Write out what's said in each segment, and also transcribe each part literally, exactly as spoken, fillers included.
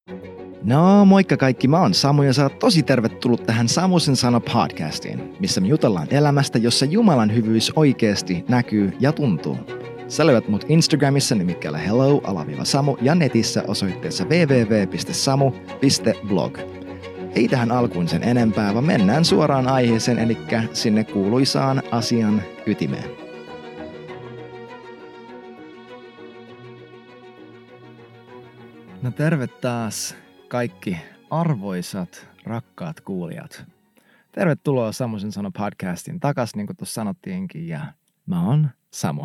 No moikka kaikki, mä oon Samu ja sä oot tosi tervetullut tähän Samusen sana podcastiin, missä me jutellaan elämästä, jossa Jumalan hyvyys oikeasti näkyy ja tuntuu. Sä löydät mut Instagramissa nimikkeellä hello-samu ja netissä osoitteessa double-u double-u double-u piste samu piste blog. Ei tähän alkuun sen enempää, vaan mennään suoraan aiheeseen, eli sinne kuuluisaan asian ytimeen. No terve taas kaikki arvoisat, rakkaat kuulijat. Tervetuloa Samusen sana podcastin takas, niin kuin tuossa sanottiinkin, ja mä oon Samu.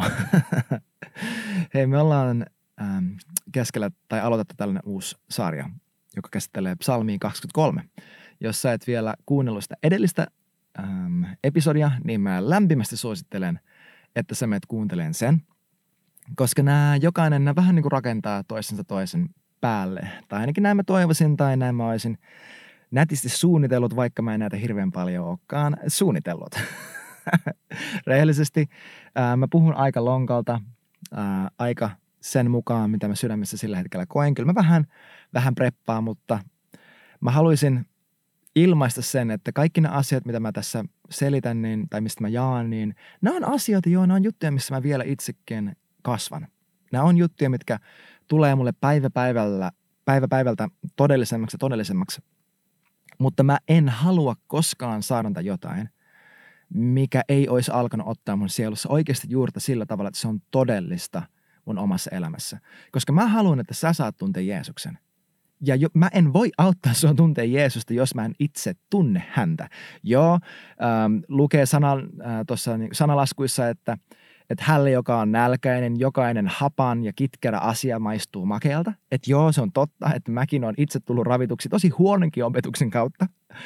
Hei, me ollaan ähm, keskellä, tai aloitettu tällainen uusi sarja, joka käsittelee psalmia kaksikymmentäkolme. Jos sä et vielä kuunnellut sitä edellistä ähm, episodia, niin mä lämpimästi suosittelen, että sä menet kuuntelemaan sen, koska nämä jokainen nämä vähän niin kuin rakentaa toisensa toisen päälle. Tai ainakin näin mä toivoisin, tai näin mä olisin nätisti suunnitellut, vaikka mä en näitä hirveän paljon olekaan suunnitellut. Rehellisesti ää, mä puhun aika lonkalta, ää, aika sen mukaan, mitä mä sydämessä sillä hetkellä koen. Kyllä mä vähän, vähän preppaan, mutta mä haluaisin ilmaista sen, että kaikki ne asiat, mitä mä tässä selitän, niin, tai mistä mä jaan, niin nämä on asioita, joo, nämä on juttuja, missä mä vielä itsekin kasvan. Nämä on juttuja, mitkä tulee mulle päivä päivältä, päivä päivältä todellisemmaksi ja todellisemmaksi. Mutta mä en halua koskaan saada jotain, mikä ei olisi alkanut ottaa mun sielussa oikeasti juurta sillä tavalla, että se on todellista mun omassa elämässä. Koska mä haluan, että sä saat tuntea Jeesuksen. Ja jo, mä en voi auttaa sua tuntea Jeesusta, jos mä en itse tunne häntä. Joo, ähm, lukee sana, äh, tuossa niin, sanalaskuissa, että että hälle, joka on nälkäinen, jokainen hapan ja kitkerä asia maistuu makealta. Että joo, se on totta, että mäkin olen itse tullut ravituksi tosi huononkin opetuksen kautta.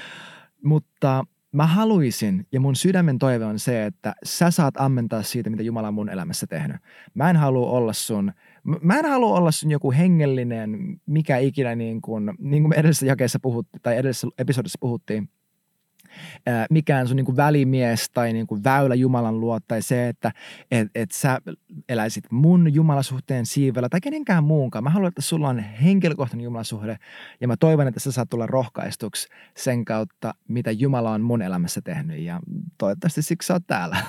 Mutta mä haluaisin, ja mun sydämen toive on se, että sä saat ammentaa siitä, mitä Jumala on mun elämässä tehnyt. Mä en halua olla sun, mä en halua olla sun joku hengellinen, mikä ikinä niin kuin, niin kuin me edellisessä jakeessa puhuttiin, tai edellisessä episodissa puhuttiin, mikään sun niin kuin välimies tai niin kuin väylä Jumalan luo tai se, että et, et sä eläisit mun Jumalasuhteen siivellä tai kenenkään muunkaan. Mä haluan, että sulla on henkilökohtainen Jumalasuhde ja mä toivon, että sä saat tulla rohkaistuksi sen kautta, mitä Jumala on mun elämässä tehnyt ja toivottavasti siksi sä oot täällä.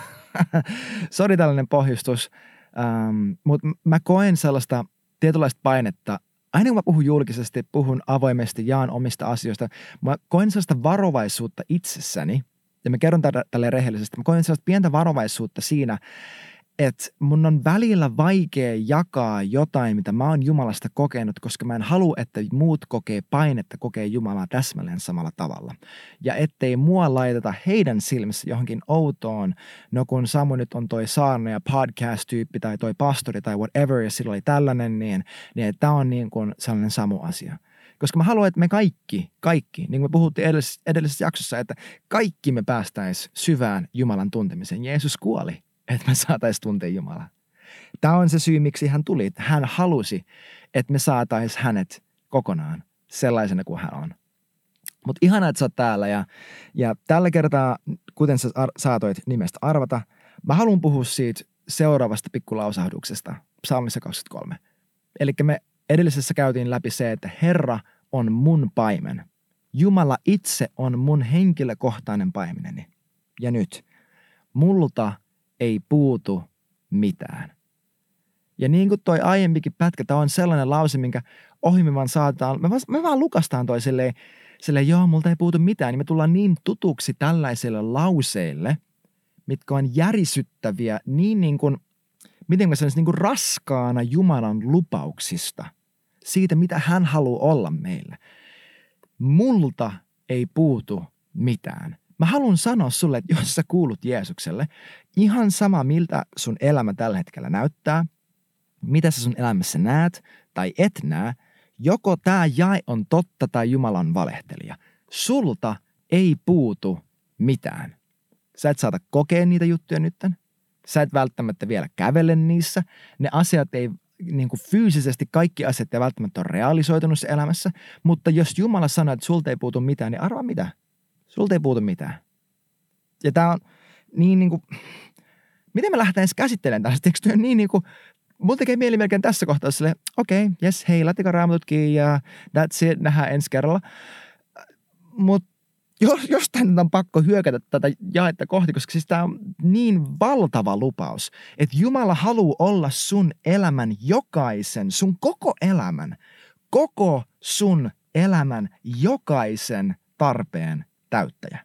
Sori tällainen pohjustus, ähm, mutta mä koen sellaista tietynlaista painetta. Aina kun mä puhun julkisesti, puhun avoimesti, jaan omista asioista, mä koen sellaista varovaisuutta itsessäni, ja mä kerron tätä tälleen rehellisesti, mä koen sellaista pientä varovaisuutta siinä, että mun on välillä vaikea jakaa jotain, mitä mä oon Jumalasta kokenut, koska mä en halua, että muut kokee painetta, kokee Jumalaa täsmälleen samalla tavalla. Ja ettei mua laiteta heidän silmissä johonkin outoon, no kun Samu nyt on toi saarna ja podcast-tyyppi tai toi pastori tai whatever, ja sillä oli tällainen, niin, niin tämä on niin kuin sellainen Samu-asia. Koska mä haluan, että me kaikki, kaikki, niin kuin me puhuttiin edellisessä, edellisessä jaksossa, että kaikki me päästäisiin syvään Jumalan tuntemiseen. Jeesus kuoli, että me saataisiin tuntea Jumalaa. Tämä on se syy, miksi hän tuli. Että hän halusi, että me saataisiin hänet kokonaan sellaisena kuin hän on. Mutta ihanaa, että sä oot täällä. Ja, ja tällä kertaa, kuten sä ar- saatoit nimestä arvata, mä haluan puhua siitä seuraavasta pikkulausahduksesta, psalmissa kaksikymmentäkolme. Eli me edellisessä käytiin läpi se, että Herra on mun paimen. Jumala itse on mun henkilökohtainen paimeneni. Ja nyt, multa ei puutu mitään. Ja niin kuin toi aiempikin pätkä, tämä on sellainen lause, minkä ohi me vaan saataan, me vaan, me vaan lukastaan toi silleen, silleen, joo, multa ei puutu mitään, niin me tullaan niin tutuksi tällaisille lauseille, mitkä on järisyttäviä, niin niin kuin, miten mä sanoisin, niin kuin raskaana Jumalan lupauksista, siitä mitä hän haluaa olla meille. Multa ei puutu mitään. Mä haluan sanoa sulle, että jos sä kuulut Jeesukselle, ihan sama miltä sun elämä tällä hetkellä näyttää, mitä sä sun elämässä näet tai et näe, joko tää jae on totta tai Jumala on valehtelija. Sulta ei puutu mitään. Sä et saata kokea niitä juttuja nytten. Sä et välttämättä vielä kävele niissä. Ne asiat ei, niin kuin fyysisesti kaikki asiat ei välttämättä ole realisoitunut se elämässä, mutta jos Jumala sanoo, että sulta ei puutu mitään, niin arvaa mitä? Sulta ei puutu mitään. Ja tää on niin niin kuin, miten me lähdetään edes käsittelemään tällaista? Eikö työ niin niin kuin mulla tekee mieli melkein tässä kohtaa silleen, okei, okay, jes, hei, laittakaa raamatut kiinni ja that's it, nähdään ensi kerralla. Mutta jos, jostain on pakko hyökätä tätä jaetta kohti, koska siis tämä on niin valtava lupaus, että Jumala haluaa olla sun elämän jokaisen, sun koko elämän, koko sun elämän jokaisen tarpeen täyttäjä.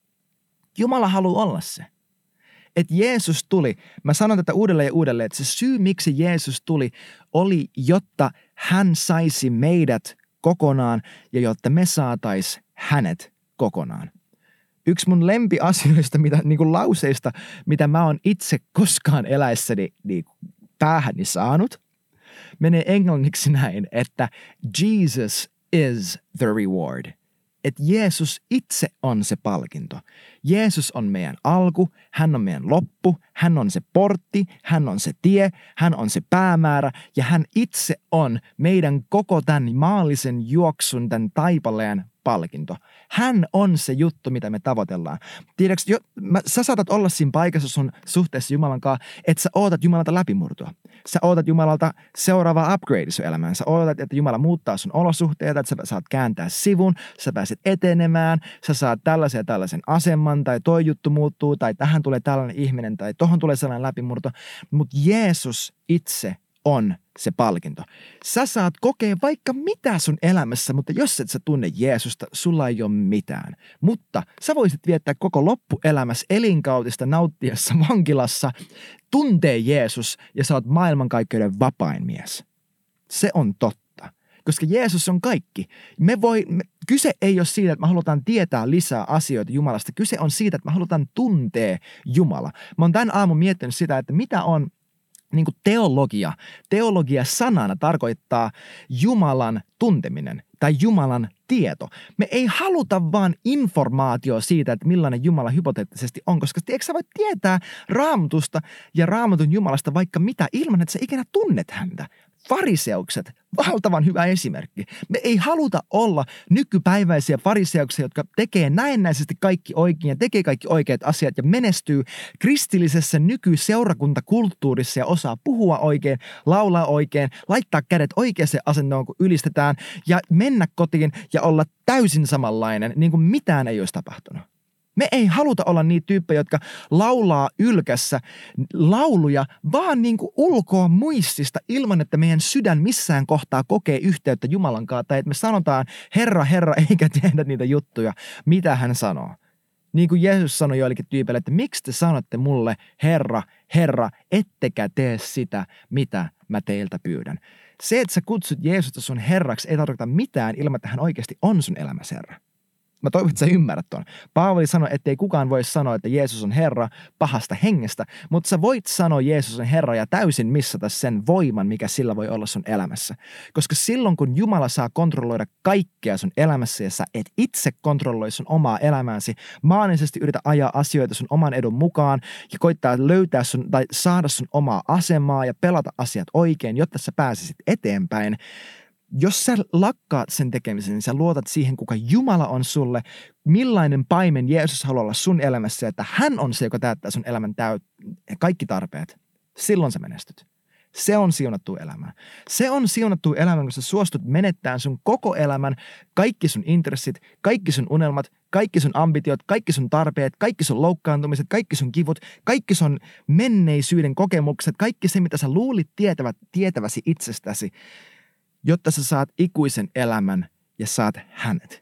Jumala haluaa olla se. Että Jeesus tuli, mä sanon tätä uudelleen ja uudelleen, että se syy miksi Jeesus tuli oli, jotta hän saisi meidät kokonaan ja jotta me saatais hänet kokonaan. Yksi mun lempiasioista, mitä, niin kuin lauseista, mitä mä oon itse koskaan eläessäni niin päähäni saanut, menee englanniksi näin, että Jesus is the reward. Että Jeesus itse on se palkinto. Jeesus on meidän alku, hän on meidän loppu, hän on se portti, hän on se tie, hän on se päämäärä ja hän itse on meidän koko tämän maallisen juoksun, tämän taipaleen palkinto. Hän on se juttu, mitä me tavoitellaan. Tiedätkö, jo, mä, sä saatat olla siinä paikassa sun suhteessa Jumalan kanssa, että sä ootat Jumalalta läpimurtoa. Sä ootat Jumalalta seuraavaa upgrade sun elämään. Sä ootat, että Jumala muuttaa sun olosuhteita, että sä saat kääntää sivun, sä pääset etenemään, sä saat tällaisen ja tällaisen aseman, tai toi juttu muuttuu, tai tähän tulee tällainen ihminen, tai tohon tulee sellainen läpimurto. Mutta Jeesus itse on se palkinto. Sä saat kokea vaikka mitä sun elämässä, mutta jos et sä tunne Jeesusta, sulla ei ole mitään. Mutta sä voisit viettää koko loppuelämässä elinkautista nauttiessa vankilassa, tuntee Jeesus ja sä oot maailmankaikkeuden vapain mies. Se on totta. Koska Jeesus on kaikki. Me voi, me, kyse ei ole siitä, että me halutaan tietää lisää asioita Jumalasta. Kyse on siitä, että me halutaan tuntea Jumala. Mä oon tämän aamun miettinyt sitä, että mitä on niin kuin teologia. Teologia sanana tarkoittaa Jumalan tunteminen tai Jumalan tieto. Me ei haluta vaan informaatio siitä, että millainen Jumala hypoteettisesti on, koska tiedätkö, sä voit tietää Raamatusta ja Raamatun Jumalasta vaikka mitä ilman, että sä ikinä tunnet häntä. Fariseukset, valtavan hyvä esimerkki. Me ei haluta olla nykypäiväisiä fariseuksia, jotka tekee näennäisesti kaikki oikein ja tekee kaikki oikeat asiat ja menestyy kristillisessä nykyseurakuntakulttuurissa ja osaa puhua oikein, laulaa oikein, laittaa kädet oikeaan asentoon, kun ylistetään ja mennä kotiin ja olla täysin samanlainen, niin kuin mitään ei olisi tapahtunut. Me ei haluta olla niitä tyyppejä, jotka laulaa ylkässä lauluja vaan niin kuin ulkoa muistista ilman, että meidän sydän missään kohtaa kokee yhteyttä Jumalan kanssa tai että me sanotaan Herra, Herra, eikä tehdä niitä juttuja, mitä hän sanoo. Niin kuin Jeesus sanoi joillekin tyypeille, että miksi te sanotte mulle Herra, Herra, ettekä tee sitä, mitä mä teiltä pyydän. Se, että sä kutsut Jeesusta sun Herraksi, ei tarkoita mitään ilman, että hän oikeasti on sun elämässä Herra. Mä toivon, että sä ymmärrät ton. Paavali sanoi, ettei kukaan voi sanoa, että Jeesus on Herra pahasta hengestä, mutta sä voit sanoa Jeesus on Herra ja täysin missata sen voiman, mikä sillä voi olla sun elämässä. Koska silloin, kun Jumala saa kontrolloida kaikkea sun elämässä ja sä et itse kontrolloi sun omaa elämääsi, maanisesti yritä ajaa asioita sun oman edun mukaan ja koittaa löytää sun tai saada sun omaa asemaa ja pelata asiat oikein, jotta sä pääsisit eteenpäin. Jos sä lakkaat sen tekemisen, niin sä luotat siihen, kuka Jumala on sulle, millainen paimen Jeesus haluaa olla sun elämässä, että hän on se, joka täyttää sun elämän täyt- kaikki tarpeet. Silloin sä menestyt. Se on siunattu elämä. Se on siunattu elämä, kun sä suostut menettämään sun koko elämän, kaikki sun intressit, kaikki sun unelmat, kaikki sun ambitiot, kaikki sun tarpeet, kaikki sun loukkaantumiset, kaikki sun kivut, kaikki sun menneisyyden kokemukset, kaikki se, mitä sä luulit tietävät, tietäväsi itsestäsi, jotta sä saat ikuisen elämän ja saat hänet.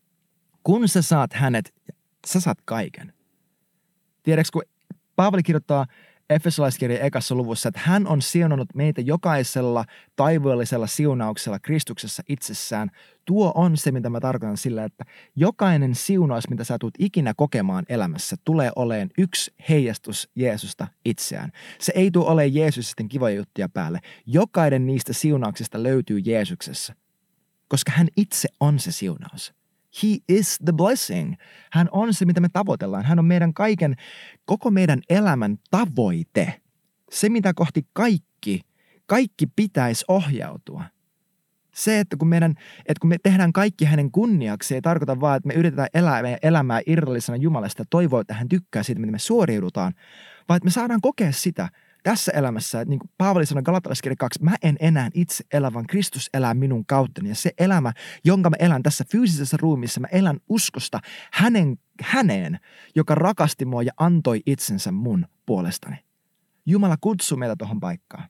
Kun sä saat hänet, sä saat kaiken. Tiedätkö, kun Paavali kirjoittaa Efesolaiskirjan ekassa luvussa, että hän on siunannut meitä jokaisella taivaallisella siunauksella Kristuksessa itsessään. Tuo on se, mitä mä tarkoitan sillä, että jokainen siunaus, mitä sä tulet ikinä kokemaan elämässä, tulee olemaan yksi heijastus Jeesusta itseään. Se ei tule olemaan Jeesus sitten kivoja juttuja päälle. Jokainen niistä siunauksista löytyy Jeesuksessa, koska hän itse on se siunaus. He is the blessing. Hän on se, mitä me tavoitellaan. Hän on meidän kaiken, koko meidän elämän tavoite. Se, mitä kohti kaikki, kaikki pitäisi ohjautua. Se, että kun, meidän, että kun me tehdään kaikki hänen kunniaksi, ei tarkoita vaan, että me yritetään elää meidän elämää irrallisena Jumalasta ja toivoa, että hän tykkää siitä, miten me suoriudutaan, vaan että me saadaan kokea sitä, tässä elämässä, niin kuin Paavali sanoi Galatalaskirja kaksi, mä en enää itse elä, vaan Kristus elää minun kauttani. Ja se elämä, jonka mä elän tässä fyysisessä ruumiissa, mä elän uskosta hänen, häneen, joka rakasti mua ja antoi itsensä mun puolestani. Jumala kutsuu meitä tuohon paikkaan.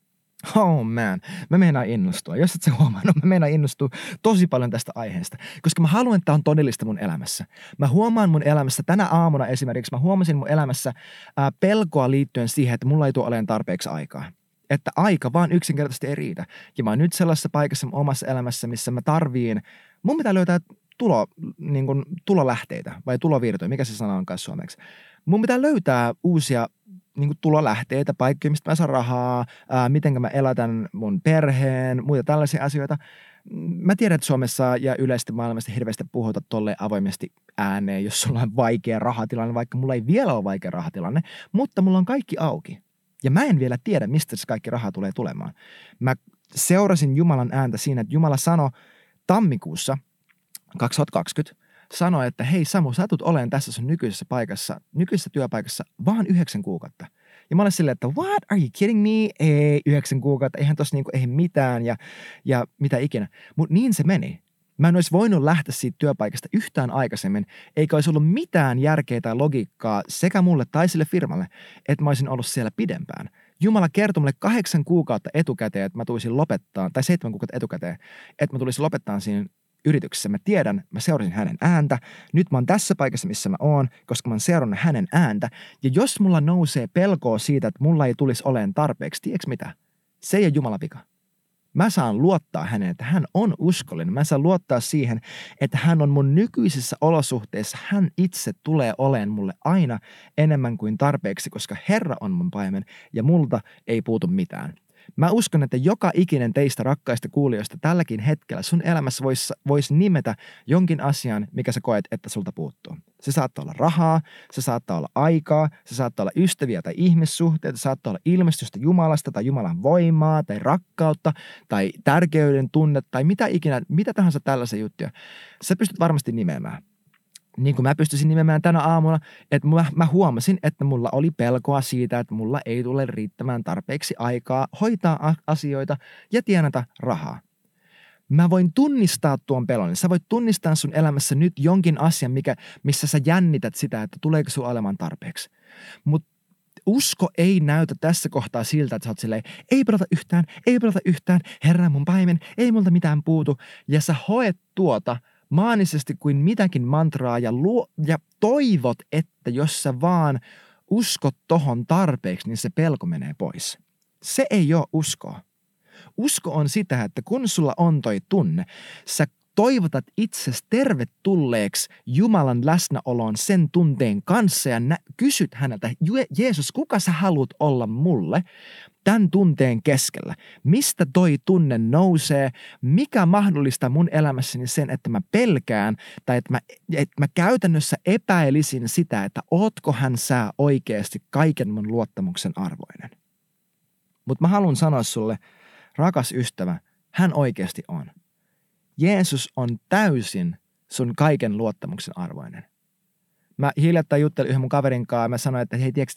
Oh man, mä meinaan innostua. Jos et sä huomannut, mä meinaan innostua tosi paljon tästä aiheesta, koska mä haluan, että tää on todellista mun elämässä. Mä huomaan mun elämässä, tänä aamuna esimerkiksi, mä huomasin mun elämässä ää, pelkoa liittyen siihen, että mulla ei tule olemaan tarpeeksi aikaa. Että aika vaan yksinkertaisesti ei riitä. Ja mä oon nyt sellaisessa paikassa mun omassa elämässä, missä mä tarviin, mun pitää löytää tulo, niin kuin, tulolähteitä vai tulovirtoja, mikä se sana on kanssa suomeksi. Mun pitää löytää uusia niin kuin tulolähteitä, paikkoja, mistä mä saan rahaa, ää, miten mä elätän mun perheen, muita tällaisia asioita. Mä tiedän, että Suomessa ja yleisesti maailmasta hirveästi puhuta tolleen avoimesti ääneen, jos sulla on vaikea rahatilanne, vaikka mulla ei vielä ole vaikea rahatilanne, mutta mulla on kaikki auki. Ja mä en vielä tiedä, mistä se kaikki raha tulee tulemaan. Mä seurasin Jumalan ääntä siinä, että Jumala sanoi tammikuussa kaksituhattakaksikymmentä, sanoi, että hei Samu, sä tulet olemaan tässä sun nykyisessä paikassa, nykyisessä työpaikassa vaan yhdeksän kuukautta. Ja mä olin silleen, että what, are you kidding me? Ei, yhdeksän kuukautta, eihän tossa niinku, ei mitään ja, ja mitä ikinä. Mutta niin se meni. Mä en olisi voinut lähteä siitä työpaikasta yhtään aikaisemmin, eikä olisi ollut mitään järkeä tai logiikkaa sekä mulle tai sille firmalle, että mä olisin ollut siellä pidempään. Jumala kertoi mulle kahdeksan kuukautta etukäteen, että mä tulisin lopettaa, tai seitsemän kuukautta etukäteen, että mä tulisin lopettaa siinä yrityksessä. Mä tiedän, mä seurasin hänen ääntä. Nyt mä oon tässä paikassa, missä mä oon, koska mä oon seurannut hänen ääntä. Ja jos mulla nousee pelkoa siitä, että mulla ei tulisi oleen tarpeeksi, tiedätkö mitä? Se ei ole Jumalan vika. Mä saan luottaa häneen, että hän on uskollinen. Mä saan luottaa siihen, että hän on mun nykyisissä olosuhteissa. Hän itse tulee oleen mulle aina enemmän kuin tarpeeksi, koska Herra on mun paimen ja multa ei puutu mitään. Mä uskon, että joka ikinen teistä rakkaista kuulijoista tälläkin hetkellä sun elämässä voisi vois nimetä jonkin asian, mikä sä koet, että sulta puuttuu. Se saattaa olla rahaa, se saattaa olla aikaa, se saattaa olla ystäviä tai ihmissuhteita, se saattaa olla ilmestystä Jumalasta tai Jumalan voimaa tai rakkautta tai tärkeyden tunnet tai mitä ikinä, mitä tahansa tällaisia juttuja. Sä pystyt varmasti nimeämään. Niin kuin mä pystyisin nimeämään tänä aamuna, että mä, mä huomasin, että mulla oli pelkoa siitä, että mulla ei tule riittämään tarpeeksi aikaa hoitaa asioita ja tienata rahaa. Mä voin tunnistaa tuon pelon. Sä voit tunnistaa sun elämässä nyt jonkin asian, mikä, missä sä jännität sitä, että tuleeko sun olemaan tarpeeksi. Mutta usko ei näytä tässä kohtaa siltä, että sä oot silleen, ei pelata yhtään, ei pelata yhtään, Herra mun paimen, ei multa mitään puutu. Ja sä hoet tuota maanisesti kuin mitäkin mantraa ja, luo, ja toivot, että jos sä vaan uskot tohon tarpeeksi, niin se pelko menee pois. Se ei ole uskoa. Usko on sitä, että kun sulla on toi tunne, sä toivotat itsesi tervetulleeksi Jumalan läsnäoloon sen tunteen kanssa ja nä- kysyt häneltä, Jeesus, kuka sä haluat olla mulle tämän tunteen keskellä? Mistä toi tunne nousee? Mikä mahdollistaa mun elämässäni sen, että mä pelkään tai että mä, että mä käytännössä epäilisin sitä, että ootko hän sä oikeasti kaiken mun luottamuksen arvoinen? Mutta mä haluan sanoa sulle, rakas ystävä, hän oikeasti on. Jeesus on täysin sun kaiken luottamuksen arvoinen. Mä hiljattain juttelin yhden mun kaverin kanssa ja mä sanoin, että hei, tiiäks,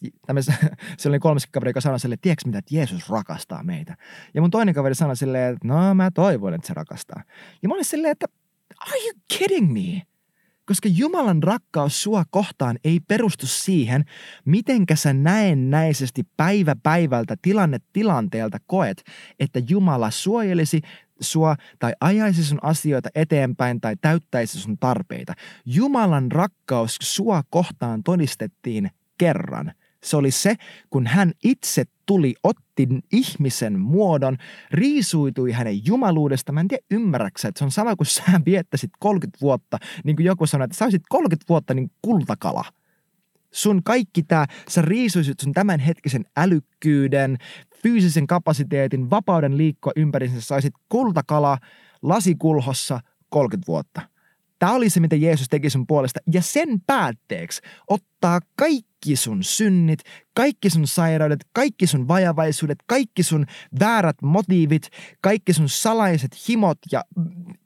se oli kolmas kaveri, joka sanoi silleen, tiedätkö mitä, että Jeesus rakastaa meitä. Ja mun toinen kaveri sanoi silleen, että no mä toivon, että se rakastaa. Ja mä olin silleen, että are you kidding me? Koska Jumalan rakkaus sua kohtaan ei perustu siihen, mitenkä sä näennäisesti päivä päivältä, tilanne tilanteelta koet, että Jumala suojelisi sua tai ajaisi sun asioita eteenpäin tai täyttäisi sun tarpeita. Jumalan rakkaus sua kohtaan todistettiin kerran. Se oli se, kun hän itse tuli, otti ihmisen muodon, riisuitui hänen jumaluudesta. Mä en tiedä, ymmärräksä, että se on sama kuin sä viettäisit kolmekymmentä vuotta, niin kuin joku sanoi, että sä olisit kolmekymmentä vuotta niin kultakala. Sun kaikki tää, sä riisuisit sun tämänhetkisen älykkyyden, fyysisen kapasiteetin, vapauden liikkua ympärissä, saisit kultakala lasikulhossa kolmekymmentä vuotta. Tämä oli se, mitä Jeesus teki sun puolesta. Ja sen päätteeksi ottaa kaikki sun synnit, kaikki sun sairaudet, kaikki sun vajavaisuudet, kaikki sun väärät motiivit, kaikki sun salaiset himot ja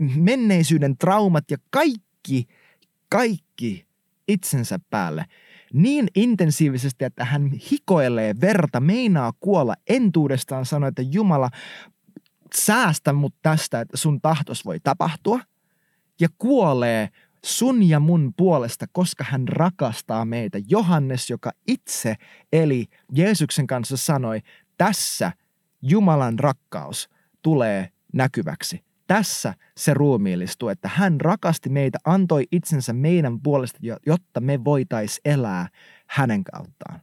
menneisyyden traumat ja kaikki, kaikki itsensä päälle. niin intensiivisesti, että hän hikoilee verta, meinaa kuolla entuudestaan, sanoi, että Jumala, säästä mut tästä, että sun tahtos voi tapahtua, ja kuolee sun ja mun puolesta, koska hän rakastaa meitä. Johannes, joka itse eli Jeesuksen kanssa, sanoi, tässä Jumalan rakkaus tulee näkyväksi. Tässä se ruumiillistuu, että hän rakasti meitä, antoi itsensä meidän puolesta, jotta me voitais elää hänen kauttaan.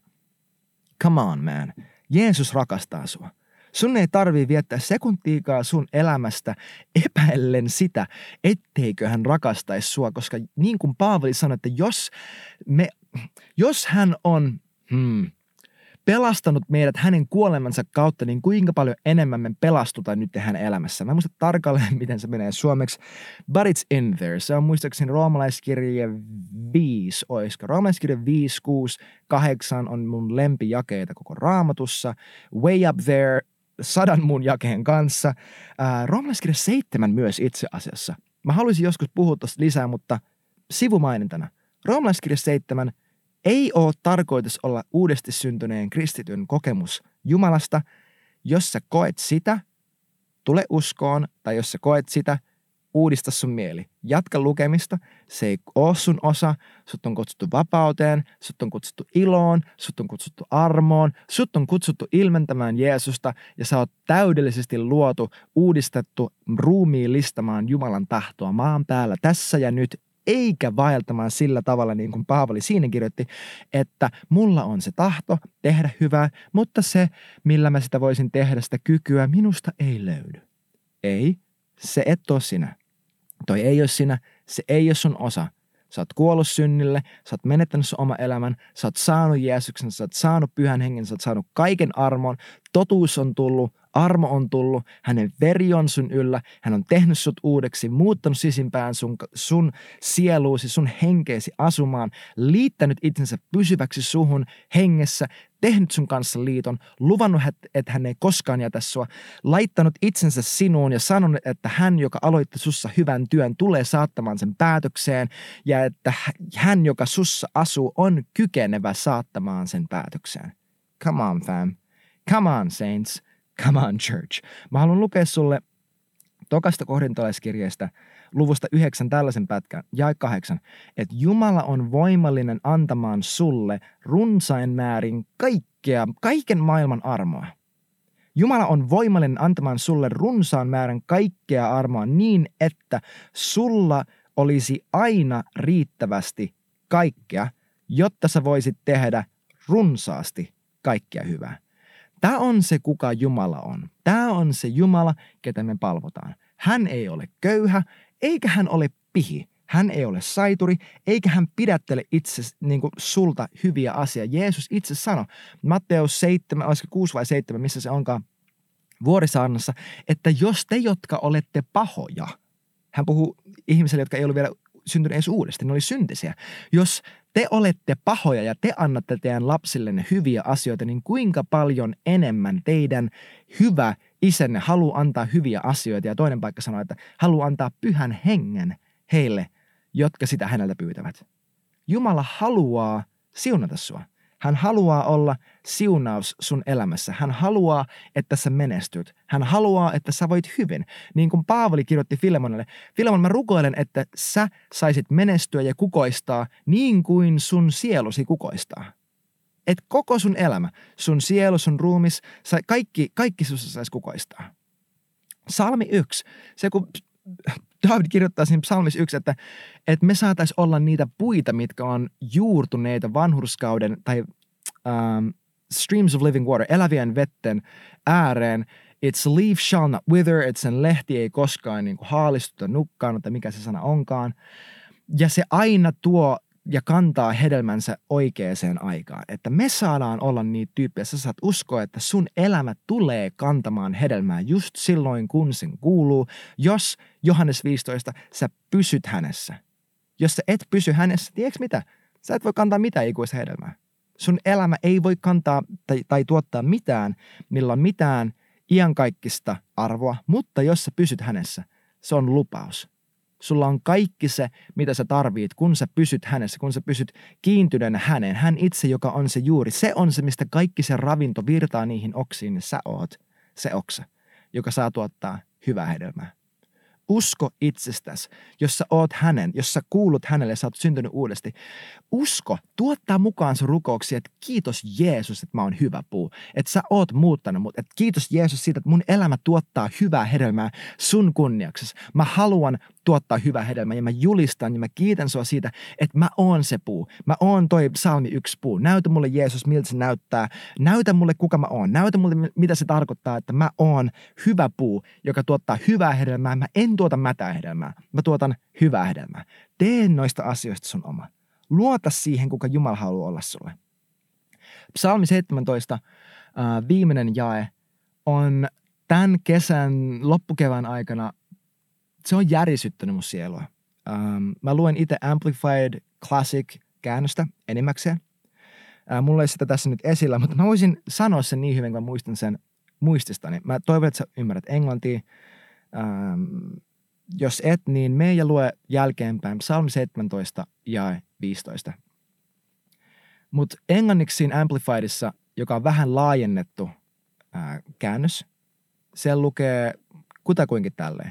Come on, man. Jeesus rakastaa sua. Sun ei tarvii viettää sekuntiikaa sun elämästä epäillen sitä, etteikö hän rakastaisi sua, koska niin kuin Paavali sanoi, että jos, me, jos hän on hmm, pelastanut meidät hänen kuolemansa kautta, niin kuinka paljon enemmän me pelastutaan nyt hänen elämässä. Mä en muista tarkalleen, miten se menee suomeksi, but it's in there. Se on muistaakseni roomalaiskirja viisi, oisko? Roomalaiskirja viisi, kuusi, kahdeksan on mun lempijakeita koko Raamatussa. Way up there, sadan mun jakeen kanssa. Äh, Roomalaiskirja seitsemän myös itse asiassa. Mä haluaisin joskus puhua tosta lisää, mutta sivumainintana. Roomalaiskirja seitsemän ei ole tarkoitus olla uudesti syntyneen kristityn kokemus Jumalasta. Jos sä koet sitä, tule uskoon, tai jos sä koet sitä, uudista sun mieli. Jatka lukemista, se ei ole sun osa, sut on kutsuttu vapauteen, sut on kutsuttu iloon, sut on kutsuttu armoon, sut on kutsuttu ilmentämään Jeesusta, ja sä oot täydellisesti luotu, uudistettu, ruumiillistamaan Jumalan tahtoa maan päällä tässä ja nyt, eikä vaeltamaan sillä tavalla, niin kuin Paavali siinä kirjoitti, että mulla on se tahto tehdä hyvää, mutta se, millä mä sitä voisin tehdä, sitä kykyä, minusta ei löydy. Ei, se et ole sinä. Toi ei ole sinä, se ei ole sun osa. Sä oot kuollut synnille, sä oot menettänyt sun oma elämän, sä oot saanut Jeesuksen, sä oot saanut pyhän hengen, sä oot saanut kaiken armon, totuus on tullut, armo on tullut, hänen veri on sun yllä, hän on tehnyt sut uudeksi, muuttanut sisimpään sun, sun sieluusi, sun henkeesi asumaan, liittänyt itsensä pysyväksi suhun hengessä, tehnyt sun kanssa liiton, luvannut, että hän ei koskaan jätä sua, laittanut itsensä sinuun ja sanonut, että hän, joka aloitti sussa hyvän työn, tulee saattamaan sen päätökseen ja että hän, joka sussa asuu, on kykenevä saattamaan sen päätökseen. Come on, fam. Come on, saints. Come on, church. Mä haluan lukea sulle tokasta korintolaiskirjeestä luvusta yhdeksän tällaisen pätkän, jae kahdeksan, että Jumala on voimallinen antamaan sulle runsain määrin kaikkea, kaiken maailman armoa. Jumala on voimallinen antamaan sulle runsaan määrän kaikkea armoa niin, että sulla olisi aina riittävästi kaikkea, jotta sä voisit tehdä runsaasti kaikkea hyvää. Tämä on se, kuka Jumala on. Tämä on se Jumala, ketä me palvotaan. Hän ei ole köyhä, eikä hän ole pihi. Hän ei ole saituri, eikä hän pidättele itse niin kuin sulta hyviä asioita. Jeesus itse sanoi, Matteus seitsemän, olisiko kuusi vai seitsemän, missä se onkaan vuorisaarnassa, että jos te, jotka olette pahoja, hän puhuu ihmisille, jotka ei ollut vielä syntynyt edes uudestaan, ne oli syntisiä. Jos te olette pahoja ja te annatte teidän lapsillenne hyviä asioita, niin kuinka paljon enemmän teidän hyvä isänne haluaa antaa hyviä asioita. Ja toinen paikka sanoo, että haluaa antaa pyhän hengen heille, jotka sitä häneltä pyytävät. Jumala haluaa siunata sua. Hän haluaa olla siunaus sun elämässä. Hän haluaa, että sä menestyt. Hän haluaa, että sä voit hyvin. Niin kuin Paavali kirjoitti Filemonille. Filemon, mä rukoilen, että sä saisit menestyä ja kukoistaa niin kuin sun sielusi kukoistaa. Että koko sun elämä, sun sielu, sun ruumis, kaikki, kaikki sussa saisi kukoistaa. Salmi yksi. Se kun David kirjoittaa siinä psalmis yksi, että, että me saataisiin olla niitä puita, mitkä on juurtuneita vanhurskauden tai um, streams of living water, elävien vetten ääreen. Its leaf shall not wither, että sen lehti ei koskaan niin kuin haalistuta nukkaan, tai mikä se sana onkaan. Ja se aina tuo ja kantaa hedelmänsä oikeaan aikaan. Että me saadaan olla niitä tyyppejä, sä saat uskoa, että sun elämä tulee kantamaan hedelmää just silloin, kun sen kuuluu, jos Johannes viisitoista, sä pysyt hänessä. Jos sä et pysy hänessä, tiedätkö mitä? Sä et voi kantaa mitään ikuista hedelmää. Sun elämä ei voi kantaa tai, tai tuottaa mitään, millä on mitään iankaikkista arvoa, mutta jos sä pysyt hänessä, se on lupaus. Sulla on kaikki se, mitä sä tarvit, kun sä pysyt hänessä, kun sä pysyt kiintyneenä häneen. Hän itse, joka on se juuri. Se on se, mistä kaikki se ravinto virtaa niihin oksiin, ja sä oot se oksa, joka saa tuottaa hyvää hedelmää. Usko itsestäsi, jos sä oot hänen, jos sä kuulut hänelle ja sä oot syntynyt uudesti. Usko tuottaa mukaan sun rukouksia, että kiitos Jeesus, että mä oon hyvä puu. Että sä oot muuttanut mut. Että kiitos Jeesus siitä, että mun elämä tuottaa hyvää hedelmää sun kunniaksesi. Mä haluan tuottaa hyvää hedelmää ja mä julistan ja mä kiitän sua siitä, että mä oon se puu. Mä oon toi psalmi yksi puu. Näytä mulle Jeesus, miltä se näyttää. Näytä mulle kuka mä oon. Näytä mulle mitä se tarkoittaa, että mä oon hyvä puu, joka tuottaa hyvää hedelmää. Mä en tuota mätää hedelmää. Mä tuotan hyvää hedelmää. Tee noista asioista sun oma. Luota siihen, kuka Jumala haluaa olla sulle. Psalmi seitsemäntoista, äh, viimeinen jae, on tämän kesän, loppukevään aikana, se on järisyttänyt mun sielua. Ähm, mä luen itse Amplified Classic-käännöstä enimmäkseen. Äh, mulla ei sitä tässä nyt esillä, mutta mä voisin sanoa sen niin hyvin, kun mä muistan sen muististani. Mä toivon, että sä ymmärrät englantia. Ähm, jos et, niin mene ja lue jälkeenpäin Psalmi seitsemäntoista jae viisitoista. Mutta englanniksi siinä Amplifiedissa, joka on vähän laajennettu ää, käännös, siellä lukee kutakuinkin tälleen.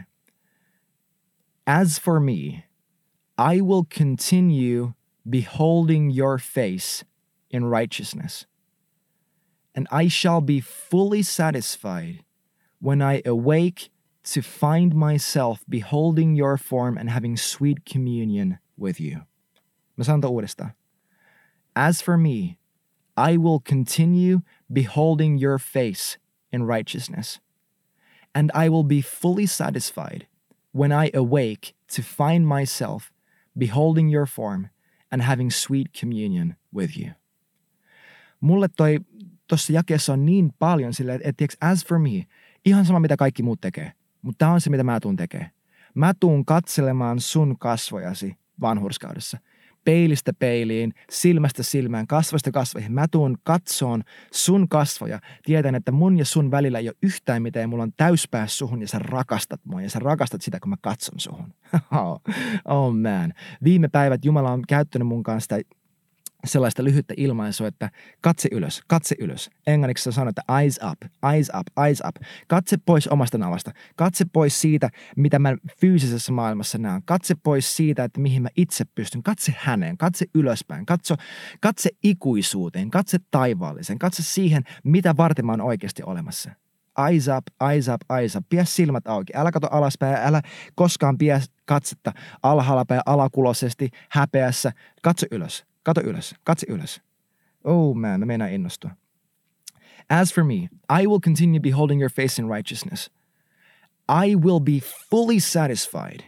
As for me, I will continue beholding your face in righteousness, and I shall be fully satisfied when I awake to find myself beholding your form and having sweet communion with you. Mä sanon tämän uudestaan. As for me, I will continue beholding your face in righteousness, and I will be fully satisfied when I awake to find myself beholding your form and having sweet communion with you. Mulle toi tossa jakeessa on niin paljon silleen, että tiiäks, as for me, ihan sama mitä kaikki muut tekee, mutta tää on se mitä mä tuun tekemään. Mä tuun katselemaan sun kasvojasi vanhurskaudessa. Peilistä peiliin, silmästä silmään, kasvoista kasvoihin. Mä tuun katsoon sun kasvoja. Tiedän, että mun ja sun välillä ei ole yhtään mitään ja mulla on täyspää suhun ja sä rakastat mua ja sä rakastat sitä, kun mä katson suhun. Oh man. Viime päivät Jumala on käyttänyt mun kanssa sellaista lyhyttä ilmaisua, että katse ylös, katse ylös. Englanniksi se sanoo, että eyes up, eyes up, eyes up. Katse pois omasta navasta. Katse pois siitä, mitä mä fyysisessä maailmassa näen. Katse pois siitä, että mihin mä itse pystyn. Katse häneen, katse ylöspäin. Katso, katse ikuisuuteen, katse taivaalliseen. Katse siihen, mitä varten mä oon oikeasti olemassa. Eyes up, eyes up, eyes up. Pidä silmät auki. Älä kato alaspäin, älä koskaan pidä katsetta alhaalla päin alakuloisesti, häpeässä. Katso ylös. Kato ylös. Katse ylös. Oh man, mä meinaan innostua. As for me, I will continue beholding your face in righteousness. I will be fully satisfied.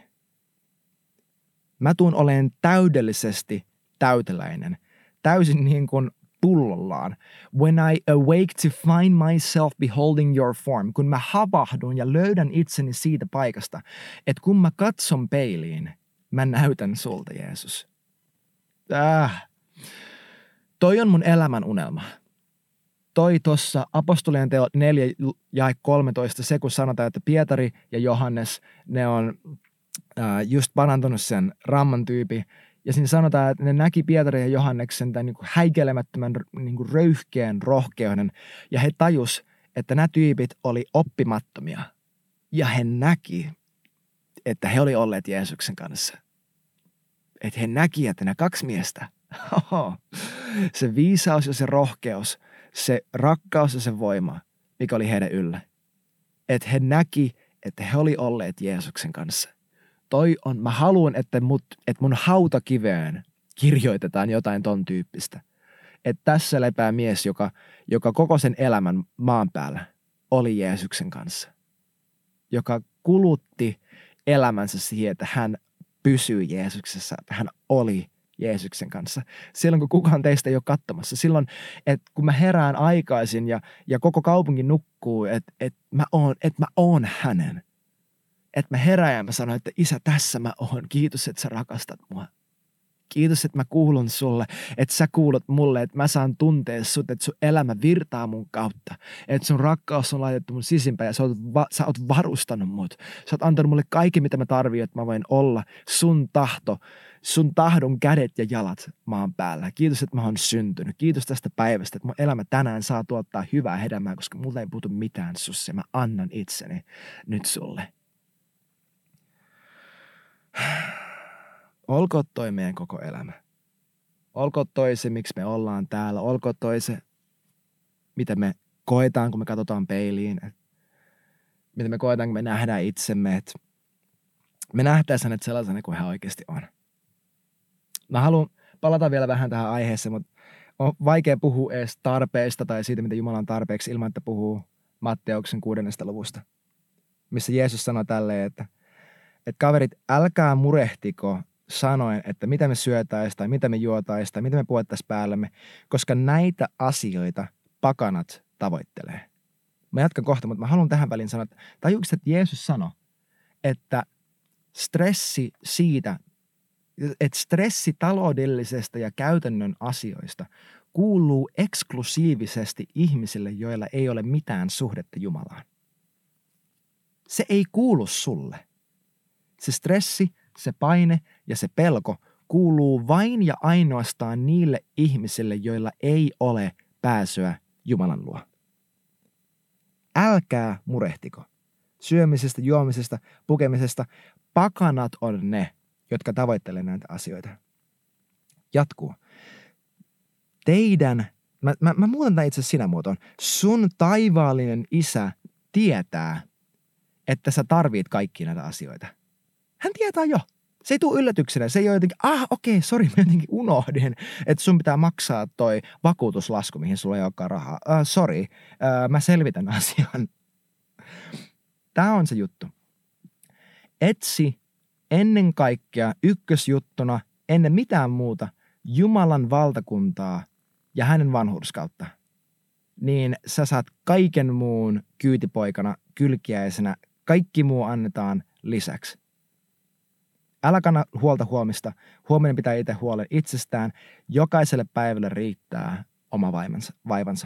Mä tuun olen täydellisesti täyteläinen. Täysin niin kuin pullollaan. When I awake to find myself beholding your form. Kun mä havahdun ja löydän itseni siitä paikasta, että kun mä katson peiliin, mä näytän sulta, Jeesus. Äh. Toi on mun elämän unelma. Toi tossa apostolien teot neljä jae kolmetoista, se kun sanotaan, että Pietari ja Johannes, ne on äh, just parantunut sen ramman tyypi. Ja siinä sanotaan, että ne näki Pietari ja Johanneksen tämän niin kuin häikelemättömän niin kuin röyhkeän rohkeuden. Ja he tajus, että nämä tyypit oli oppimattomia. Ja he näki, että he oli olleet Jeesuksen kanssa. Että he näki, että nämä kaksi miestä, oho, se viisaus ja se rohkeus, se rakkaus ja se voima, mikä oli heidän yllä. Että he näki, että he oli olleet Jeesuksen kanssa. Toi on, mä haluan, että, mut, että mun hautakiveen kirjoitetaan jotain ton tyyppistä. Että tässä lepää mies, joka, joka koko sen elämän maan päällä oli Jeesuksen kanssa. Joka kulutti elämänsä siihen, että hän pysyy Jeesuksessa, että hän oli Jeesuksen kanssa. Silloin, kun kukaan teistä ei ole katsomassa. Silloin, että kun mä herään aikaisin ja, ja koko kaupunki nukkuu, että, että, mä oon, että mä oon hänen. Että mä herään ja mä sanon, että Isä, tässä mä oon. Kiitos, että sä rakastat mua. Kiitos, että mä kuulun sulle, että sä kuulut mulle, että mä saan tuntea sut, että sun elämä virtaa mun kautta. Että sun rakkaus on laitettu mun sisimpään ja sä oot, va- sä oot varustanut mut. Sä oot antanut mulle kaikki, mitä mä tarvitsen, että mä voin olla sun tahto, sun tahdon kädet ja jalat maan päällä. Kiitos, että mä oon syntynyt. Kiitos tästä päivästä, että mun elämä tänään saa tuottaa hyvää hedelmää, koska multa ei puutu mitään sussa ja mä annan itseni nyt sulle. Olkoon toi meidän koko elämä. Olkoon toi se, miksi me ollaan täällä. Olkoon toi se, mitä me koetaan, kun me katsotaan peiliin. Et mitä me koetaan, kun me nähdään itsemme. Et me nähtäisiin hänet sellaisena kuin hän oikeasti on. Mä haluan palata vielä vähän tähän aiheeseen, mutta on vaikea puhua edes tarpeista tai siitä, mitä Jumala on tarpeeksi, ilman että puhuu Matteuksen kuudennesta luvusta, missä Jeesus sanoi tälleen, että, että kaverit, älkää murehtiko sanoen, että mitä me syötäisiin tai mitä me juotaisiin tai mitä me puettaisiin päällämme, koska näitä asioita pakanat tavoittelee. Mä jatkan kohta, mutta mä haluan tähän väliin sanoa, että tajuuko, että Jeesus sanoi, että stressi siitä, että stressi taloudellisesta ja käytännön asioista kuuluu eksklusiivisesti ihmisille, joilla ei ole mitään suhdetta Jumalaan. Se ei kuulu sulle. Se stressi, se paine ja se pelko kuuluu vain ja ainoastaan niille ihmisille, joilla ei ole pääsyä Jumalan luo. Älkää murehtiko. Syömisestä, juomisesta, pukemisesta. Pakanat on ne, jotka tavoittelee näitä asioita. Jatkuu. Teidän, mä, mä, mä muutan tämän itse asiassa sinä muotoon. Sun taivaallinen isä tietää, että sä tarvit kaikkia näitä asioita. Hän tietää jo. Se ei tule yllätyksenä. Se ei ole jotenkin, ah okei, okay, sori, mä jotenkin unohdin, että sun pitää maksaa toi vakuutuslasku, mihin sulla ei olekaan rahaa. Uh, sori, uh, mä selvitän asian. Tää on se juttu. Etsi ennen kaikkea ykkösjuttuna, ennen mitään muuta, Jumalan valtakuntaa ja hänen vanhurskautta. Niin sä saat kaiken muun kyytipoikana, kylkiäisenä, kaikki muu annetaan lisäksi. Älä kanna huolta huomista. Huominen pitää itse huolen itsestään. Jokaiselle päivälle riittää oma vaivansa. vaivansa.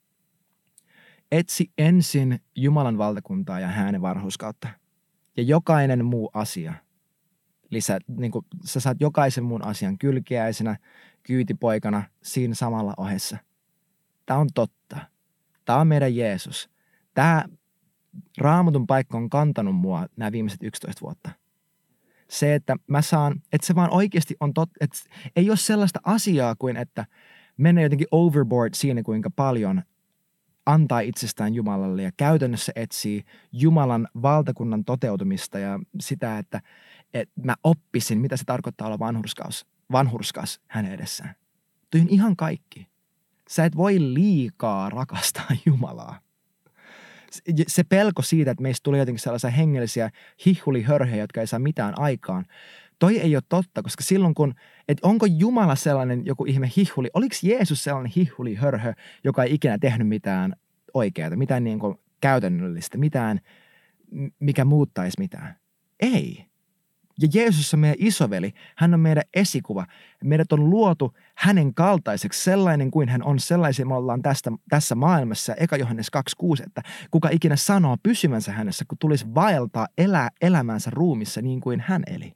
Etsi ensin Jumalan valtakuntaa ja hänen vanhurskautta. Ja jokainen muu asia. Lisä, niin kuin, sä saat jokaisen muun asian kylkiäisenä, kyytipoikana, siinä samalla ohessa. Tämä on totta. Tämä on meidän Jeesus. Tämä Raamatun paikka on kantanut mua nämä viimeiset yksitoista vuotta. Se, että mä saan, että se vaan oikeasti on totta, että ei ole sellaista asiaa kuin, että menee jotenkin overboard siinä, kuinka paljon antaa itsestään Jumalalle ja käytännössä etsii Jumalan valtakunnan toteutumista ja sitä, että, että mä oppisin, mitä se tarkoittaa olla vanhurskas, vanhurskas hänen edessään. Tuo on ihan kaikki. Sä et voi liikaa rakastaa Jumalaa. Se pelko siitä, että meistä tulee jotenkin sellaisia hengellisiä hihulihörhejä, jotka ei saa mitään aikaan. Toi ei ole totta, koska silloin kun, että onko Jumala sellainen joku ihme hihuli, oliko Jeesus sellainen hihulihörhö, joka ei ikinä tehnyt mitään oikeaa, mitään niin kuin käytännöllistä, mitään, mikä muuttaisi mitään? Ei. Ja Jeesus on meidän isoveli, hän on meidän esikuva. Meidät on luotu hänen kaltaiseksi, sellainen kuin hän on, sellaisia me ollaan tästä, tässä maailmassa. Eka Johannes kaksi kuusi, että kuka ikinä sanoo pysyvänsä hänessä, kun tulisi vaeltaa elää elämänsä ruumissa niin kuin hän eli.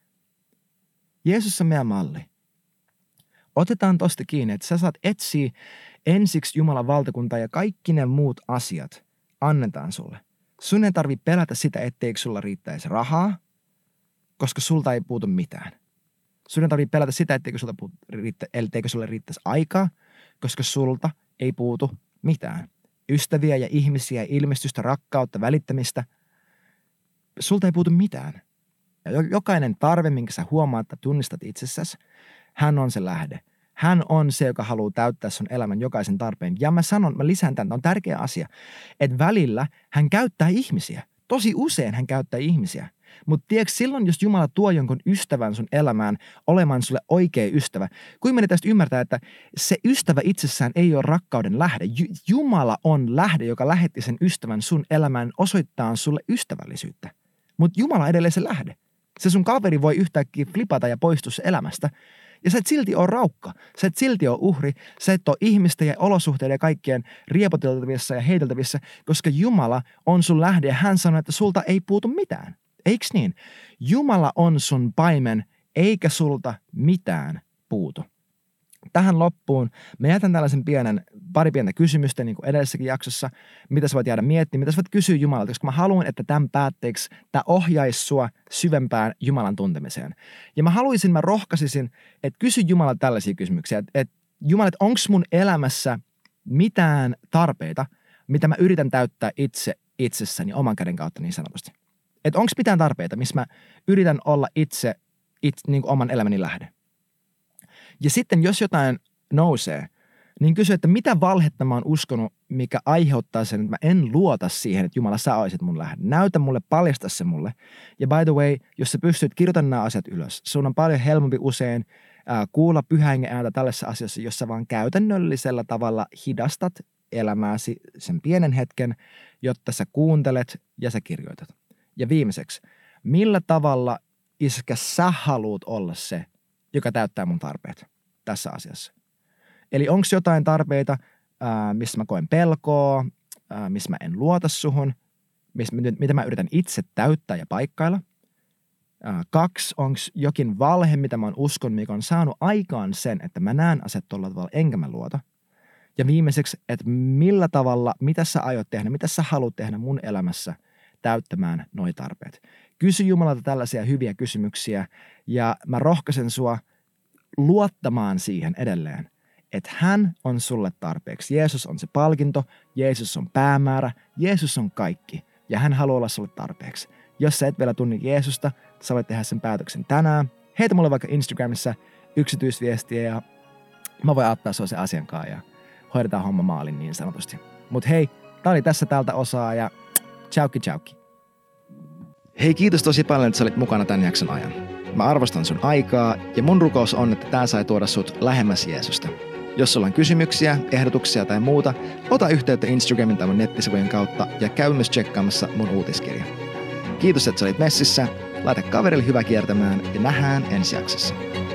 Jeesus on meidän malli. Otetaan tosta kiinni, että sä saat etsiä ensiksi Jumalan valtakuntaa ja kaikki ne muut asiat annetaan sulle. Sun ei tarvitse pelätä sitä, etteikö sulla riittäisi rahaa, koska sulta ei puutu mitään. Sun ei tarvitse pelätä sitä, etteikö, sulta puutu, riittä, etteikö sulle riittäisi aikaa, koska sulta ei puutu mitään. Ystäviä ja ihmisiä, ilmestystä, rakkautta, välittämistä. Sulta ei puutu mitään. Ja jokainen tarve, minkä sä huomaat, että tunnistat itsessäsi, hän on se lähde. Hän on se, joka haluaa täyttää sun elämän jokaisen tarpeen. Ja mä sanon, mä lisään tämän, on tärkeä asia, että välillä hän käyttää ihmisiä. Tosi usein hän käyttää ihmisiä. Mutta tiedätkö, silloin, jos Jumala tuo jonkun ystävän sun elämään olemaan sulle oikea ystävä, kuinka meni tästä ymmärtää, että se ystävä itsessään ei ole rakkauden lähde. J- Jumala on lähde, joka lähetti sen ystävän sun elämään osoittaa sulle ystävällisyyttä. Mutta Jumala on edelleen se lähde. Se sun kaveri voi yhtäkkiä flipata ja poistua se elämästä. Ja sä et silti ole raukka. Sä et silti ole uhri. Sä et ole ihmisten ja olosuhteiden ja kaikkien riepoteltavissa ja heiteltävissä, koska Jumala on sun lähde ja hän sanoo, että sulta ei puutu mitään. Eiks niin? Jumala on sun paimen, eikä sulta mitään puutu. Tähän loppuun mä jätän tällaisen pienen, pari pientä kysymystä niin kuin edellisessäkin jaksossa, mitä sä voit jäädä miettimään, mitä sä voit kysyä Jumalalta, koska mä haluan, että tämän päätteeksi tämä ohjaisi sua syvempään Jumalan tuntemiseen. Ja mä haluaisin, mä rohkaisisin, että kysy Jumalalta tällaisia kysymyksiä, että, että Jumala, että onko mun elämässä mitään tarpeita, mitä mä yritän täyttää itse itsessäni oman käden kautta niin sanotusti. Että onko mitään tarpeita, missä mä yritän olla itse, itse niin kuin oman elämäni lähde. Ja sitten jos jotain nousee, niin kysy, että mitä valhetta mä oon uskonut, mikä aiheuttaa sen, että mä en luota siihen, että Jumala sä olisit mun lähde. Näytä mulle, paljasta se mulle. Ja by the way, jos sä pystyt kirjoittamaan nämä asiat ylös, sun on paljon helpompi usein äh, kuulla pyhän ääntä tällaisessa asiassa, jossa vaan käytännöllisellä tavalla hidastat elämääsi sen pienen hetken, jotta sä kuuntelet ja sä kirjoitat. Ja viimeiseksi, millä tavalla iskä sä haluut olla se, joka täyttää mun tarpeet tässä asiassa. Eli onko jotain tarpeita, ää, missä mä koen pelkoa, ää, missä mä en luota suhun, missä, mitä mä yritän itse täyttää ja paikkailla. Ää, kaksi, onko jokin valhe, mitä mä oon uskonut, mikä on saanut aikaan sen, että mä näen asiat tuolla tavalla, enkä mä luota. Ja viimeiseksi, että millä tavalla, mitä sä aiot tehdä, mitä sä haluat tehdä mun elämässä täyttämään noi tarpeet. Kysy Jumalalta tällaisia hyviä kysymyksiä ja mä rohkaisen sua luottamaan siihen edelleen, että hän on sulle tarpeeksi. Jeesus on se palkinto, Jeesus on päämäärä, Jeesus on kaikki ja hän haluaa olla sulle tarpeeksi. Jos sä et vielä tunne Jeesusta, sä voit tehdä sen päätöksen tänään. Heitä mulle vaikka Instagramissa yksityisviestiä ja mä voin auttaa sua sen asiankaan ja hoidetaan homma maalin niin sanotusti. Mut hei, tää oli tässä tältä osaa ja tchaukki tchaukki. Hei, kiitos tosi paljon, että sä olit mukana tämän jakson ajan. Mä arvostan sun aikaa ja mun rukous on, että tää sai tuoda sut lähemmäs Jeesusta. Jos sulla on kysymyksiä, ehdotuksia tai muuta, ota yhteyttä Instagramin tai mun nettisivujen kautta ja käy myös tsekkaamassa mun uutiskirja. Kiitos, että sä olit messissä, laita kaverille hyvä kiertämään ja nähdään ensi jaksossa.